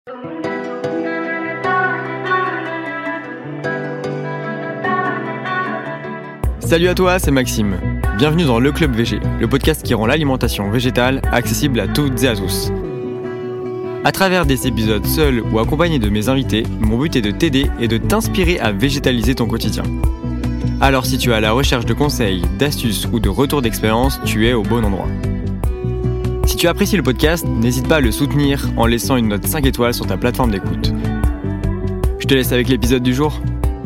Salut à toi, c'est Maxime. Bienvenue dans Le Club VG, le podcast qui rend l'alimentation végétale accessible à toutes et à tous. À travers des épisodes seuls ou accompagnés de mes invités, mon but est de t'aider et de t'inspirer à végétaliser ton quotidien. Alors si tu es à la recherche de conseils, d'astuces ou de retours d'expérience, tu es au bon endroit. Si tu apprécies le podcast, n'hésite pas à le soutenir en laissant une note 5 étoiles sur ta plateforme d'écoute. Je te laisse avec l'épisode du jour.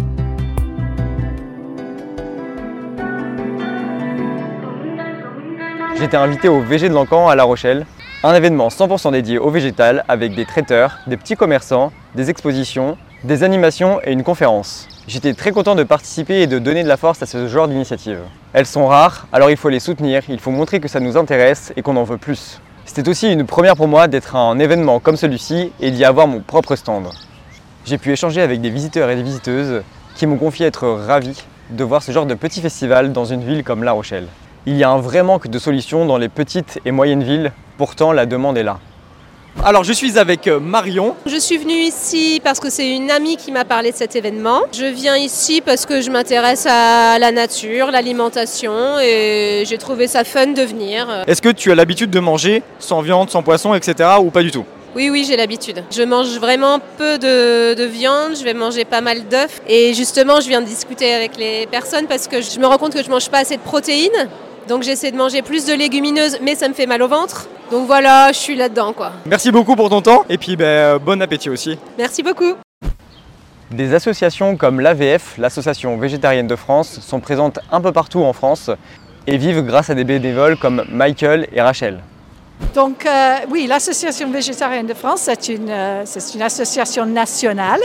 J'étais invité au VG de Lancamp à La Rochelle, un événement 100% dédié au végétal avec des traiteurs, des petits commerçants, des expositions, des animations et une conférence. J'étais très content de participer et de donner de la force à ce genre d'initiatives. Elles sont rares, alors il faut les soutenir, il faut montrer que ça nous intéresse et qu'on en veut plus. C'était aussi une première pour moi d'être à un événement comme celui-ci et d'y avoir mon propre stand. J'ai pu échanger avec des visiteurs et des visiteuses qui m'ont confié être ravis de voir ce genre de petit festival dans une ville comme La Rochelle. Il y a un vrai manque de solutions dans les petites et moyennes villes, pourtant la demande est là. Alors je suis avec Marion. Je suis venue ici parce que c'est une amie qui m'a parlé de cet événement. Je viens ici parce que je m'intéresse à la nature, l'alimentation et j'ai trouvé ça fun de venir. Est-ce que tu as l'habitude de manger sans viande, sans poisson, etc. ou pas du tout ? Oui, j'ai l'habitude. Je mange vraiment peu de viande, je vais manger pas mal d'œufs. Et justement, je viens de discuter avec les personnes parce que je me rends compte que je mange pas assez de protéines. Donc j'essaie de manger plus de légumineuses, mais ça me fait mal au ventre. Donc voilà, je suis là-dedans quoi. Merci beaucoup pour ton temps et puis bon appétit aussi. Merci beaucoup. Des associations comme l'AVF, l'Association végétarienne de France, sont présentes un peu partout en France et vivent grâce à des bénévoles comme Michael et Rachel. Donc oui, l'Association végétarienne de France, c'est une association nationale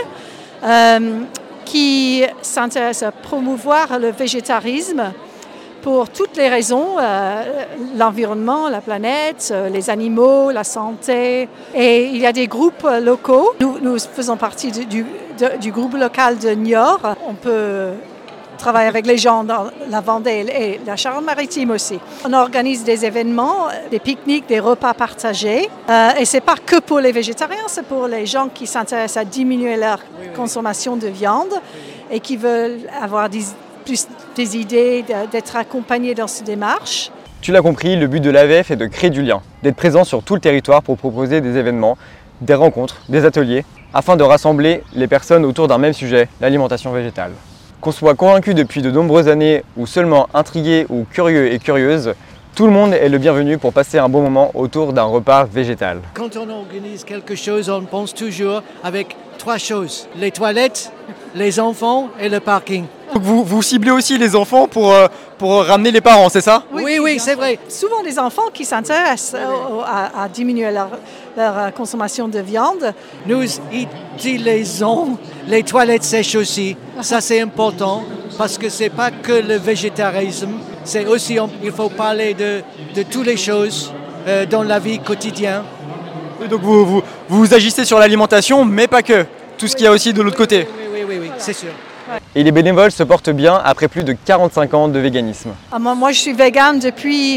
qui s'intéresse à promouvoir le végétarisme pour toutes les raisons, l'environnement, la planète, les animaux, la santé. Et il y a des groupes locaux. Nous faisons partie du groupe local de Niort. On peut travailler avec les gens dans la Vendée et la Charente-Maritime aussi. On organise des événements, des pique-niques, des repas partagés. Et ce n'est pas que pour les végétariens, c'est pour les gens qui s'intéressent à diminuer leur consommation de viande et qui veulent avoir plus des idées, d'être accompagnés dans ces démarches. Tu l'as compris, le but de l'AVF est de créer du lien, d'être présent sur tout le territoire pour proposer des événements, des rencontres, des ateliers, afin de rassembler les personnes autour d'un même sujet, l'alimentation végétale. Qu'on soit convaincu depuis de nombreuses années ou seulement intrigué ou curieux et curieuse, tout le monde est le bienvenu pour passer un bon moment autour d'un repas végétal. Quand on organise quelque chose, on pense toujours avec 3 choses, les toilettes, les enfants et le parking. Vous ciblez aussi les enfants pour ramener les parents, c'est ça ? Oui, c'est vrai. Souvent des enfants qui s'intéressent à diminuer leur consommation de viande. Nous utilisons les toilettes sèches aussi. Ça, c'est important parce que ce n'est pas que le végétarisme. C'est aussi, il faut parler de toutes les choses dans la vie quotidienne. Donc vous agissez sur l'alimentation, mais pas que. Tout ce qu'il y a aussi de l'autre côté. Oui, c'est sûr. Et les bénévoles se portent bien après plus de 45 ans de véganisme. Moi, je suis végane depuis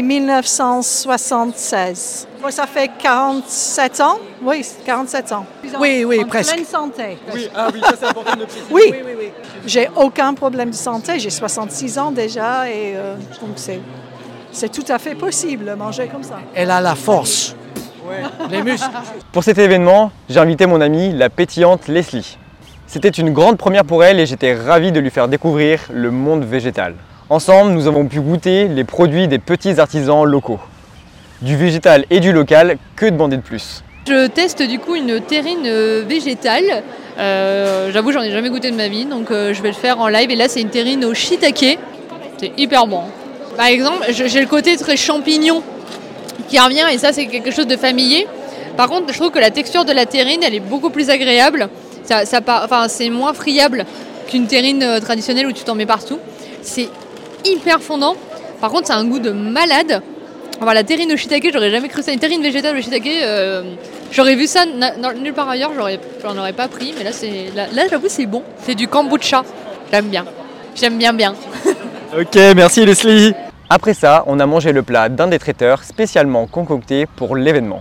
1976. Moi, ça fait 47 ans. Oui, 47 ans. Oui, en presque. pleine santé. Oui, ça c'est important de préciser. Oui. J'ai aucun problème de santé. J'ai 66 ans déjà et donc c'est tout à fait possible de manger comme ça. Elle a la force. Les muscles. Pour cet événement, j'ai invité mon amie, la pétillante Leslie. C'était une grande première pour elle et j'étais ravi de lui faire découvrir le monde végétal. Ensemble, nous avons pu goûter les produits des petits artisans locaux. Du végétal et du local, que demander de plus ? Je teste du coup une terrine végétale. J'avoue, j'en ai jamais goûté de ma vie, donc je vais le faire en live. Et là, c'est une terrine au shiitake. C'est hyper bon. Par exemple, j'ai le côté très champignon qui revient et ça, c'est quelque chose de familier. Par contre, je trouve que la texture de la terrine, elle est beaucoup plus agréable. C'est moins friable qu'une terrine traditionnelle où tu t'en mets partout. C'est hyper fondant. Par contre, ça a un goût de malade. Enfin, la terrine au shiitake, j'aurais jamais cru ça. Une terrine végétale au shiitake, j'aurais vu ça nulle part ailleurs, j'en aurais pas pris. Mais là, j'avoue, c'est bon. C'est du kombucha. J'aime bien. bien. Ok, merci Leslie. Après ça, on a mangé le plat d'un des traiteurs spécialement concocté pour l'événement.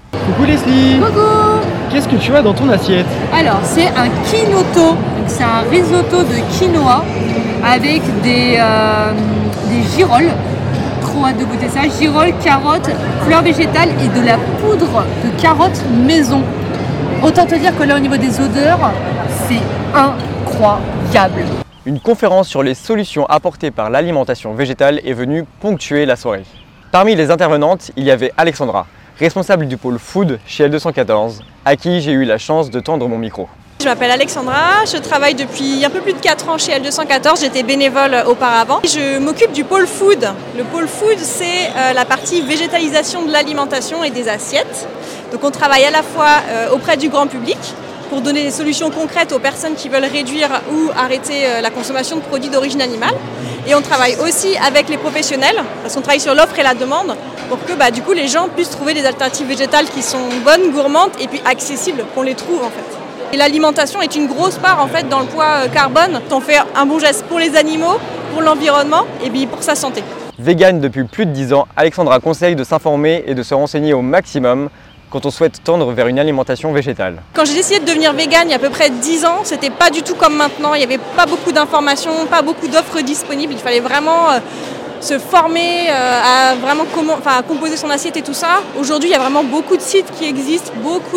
Coucou Leslie. Coucou. Qu'est-ce que tu as dans ton assiette? Alors, c'est un quinoto. Donc, c'est un risotto de quinoa avec des girolles. Trop hâte de goûter ça. Girolles, carottes, fleurs végétales et de la poudre de carottes maison. Autant te dire que là, au niveau des odeurs, c'est incroyable. Une conférence sur les solutions apportées par l'alimentation végétale est venue ponctuer la soirée. Parmi les intervenantes, il y avait Alexandra, responsable du pôle food chez L214, à qui j'ai eu la chance de tendre mon micro. Je m'appelle Alexandra, je travaille depuis un peu plus de 4 ans chez L214, j'étais bénévole auparavant. Je m'occupe du pôle food. Le pôle food, c'est la partie végétalisation de l'alimentation et des assiettes. Donc on travaille à la fois auprès du grand public pour donner des solutions concrètes aux personnes qui veulent réduire ou arrêter la consommation de produits d'origine animale. Et on travaille aussi avec les professionnels, parce qu'on travaille sur l'offre et la demande, pour que du coup les gens puissent trouver des alternatives végétales qui sont bonnes, gourmandes et puis accessibles, qu'on les trouve en fait. Et l'alimentation est une grosse part en fait dans le poids carbone. On fait un bon geste pour les animaux, pour l'environnement et puis pour sa santé. Végane depuis plus de 10 ans, Alexandra conseille de s'informer et de se renseigner au maximum quand on souhaite tendre vers une alimentation végétale. Quand j'ai décidé de devenir végane il y a à peu près 10 ans, c'était pas du tout comme maintenant. Il n'y avait pas beaucoup d'informations, pas beaucoup d'offres disponibles. Il fallait vraiment se former à vraiment composer son assiette et tout ça. Aujourd'hui, il y a vraiment beaucoup de sites qui existent,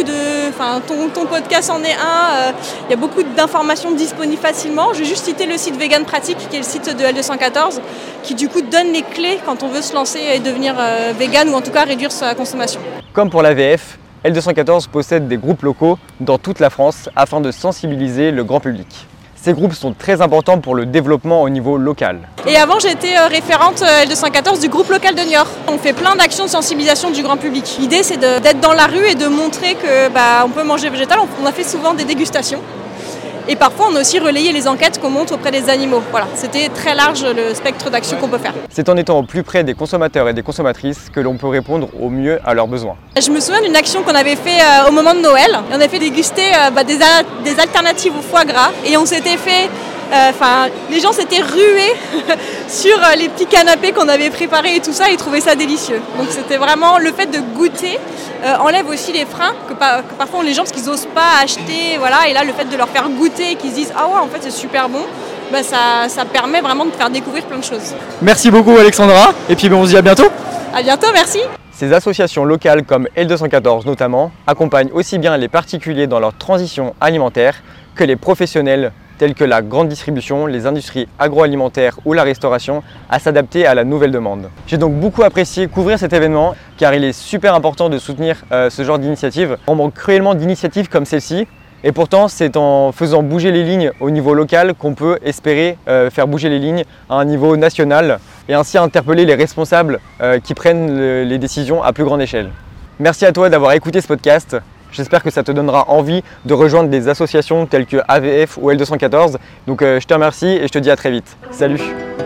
ton podcast en est un. Il y a beaucoup d'informations disponibles facilement. Je vais juste citer le site Vegan Pratique, qui est le site de L214, qui du coup donne les clés quand on veut se lancer et devenir vegan ou en tout cas réduire sa consommation. Comme pour l'AVF, L214 possède des groupes locaux dans toute la France afin de sensibiliser le grand public. Ces groupes sont très importants pour le développement au niveau local. Et avant, j'étais référente L214 du groupe local de Niort. On fait plein d'actions de sensibilisation du grand public. L'idée, c'est d'être dans la rue et de montrer qu'on peut manger végétal. On a fait souvent des dégustations. Et parfois, on a aussi relayé les enquêtes qu'on monte auprès des animaux. Voilà, c'était très large le spectre d'actions qu'on peut faire. C'est en étant au plus près des consommateurs et des consommatrices que l'on peut répondre au mieux à leurs besoins. Je me souviens d'une action qu'on avait fait au moment de Noël. On a fait déguster des alternatives au foie gras. Et on s'était fait... les gens s'étaient rués sur les petits canapés qu'on avait préparés et tout ça, ils trouvaient ça délicieux. Donc c'était vraiment le fait de goûter enlève aussi les freins que parfois ont les gens parce qu'ils n'osent pas acheter, voilà. Et là le fait de leur faire goûter et qu'ils se disent ah ouais en fait c'est super bon, ça permet vraiment de faire découvrir plein de choses. Merci beaucoup Alexandra et puis on se dit à bientôt. À bientôt, merci. Ces associations locales comme L214 notamment accompagnent aussi bien les particuliers dans leur transition alimentaire que les professionnels tels que la grande distribution, les industries agroalimentaires ou la restauration, à s'adapter à la nouvelle demande. J'ai donc beaucoup apprécié couvrir cet événement car il est super important de soutenir ce genre d'initiative. On manque cruellement d'initiatives comme celle-ci et pourtant c'est en faisant bouger les lignes au niveau local qu'on peut espérer faire bouger les lignes à un niveau national et ainsi interpeller les responsables qui prennent les décisions à plus grande échelle. Merci à toi d'avoir écouté ce podcast. J'espère que ça te donnera envie de rejoindre des associations telles que AVF ou L214. Donc je te remercie et je te dis à très vite. Salut!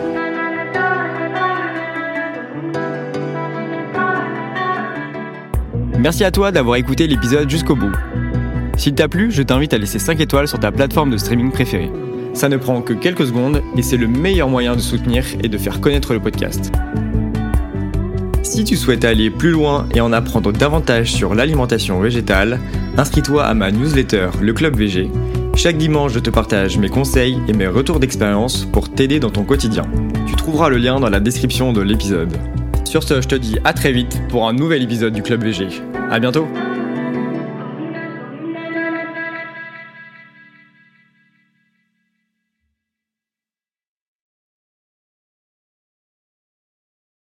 Merci à toi d'avoir écouté l'épisode jusqu'au bout. S'il t'a plu, je t'invite à laisser 5 étoiles sur ta plateforme de streaming préférée. Ça ne prend que quelques secondes et c'est le meilleur moyen de soutenir et de faire connaître le podcast. Si tu souhaites aller plus loin et en apprendre davantage sur l'alimentation végétale, inscris-toi à ma newsletter Le Club VG. Chaque dimanche, je te partage mes conseils et mes retours d'expérience pour t'aider dans ton quotidien. Tu trouveras le lien dans la description de l'épisode. Sur ce, je te dis à très vite pour un nouvel épisode du Club VG. À bientôt!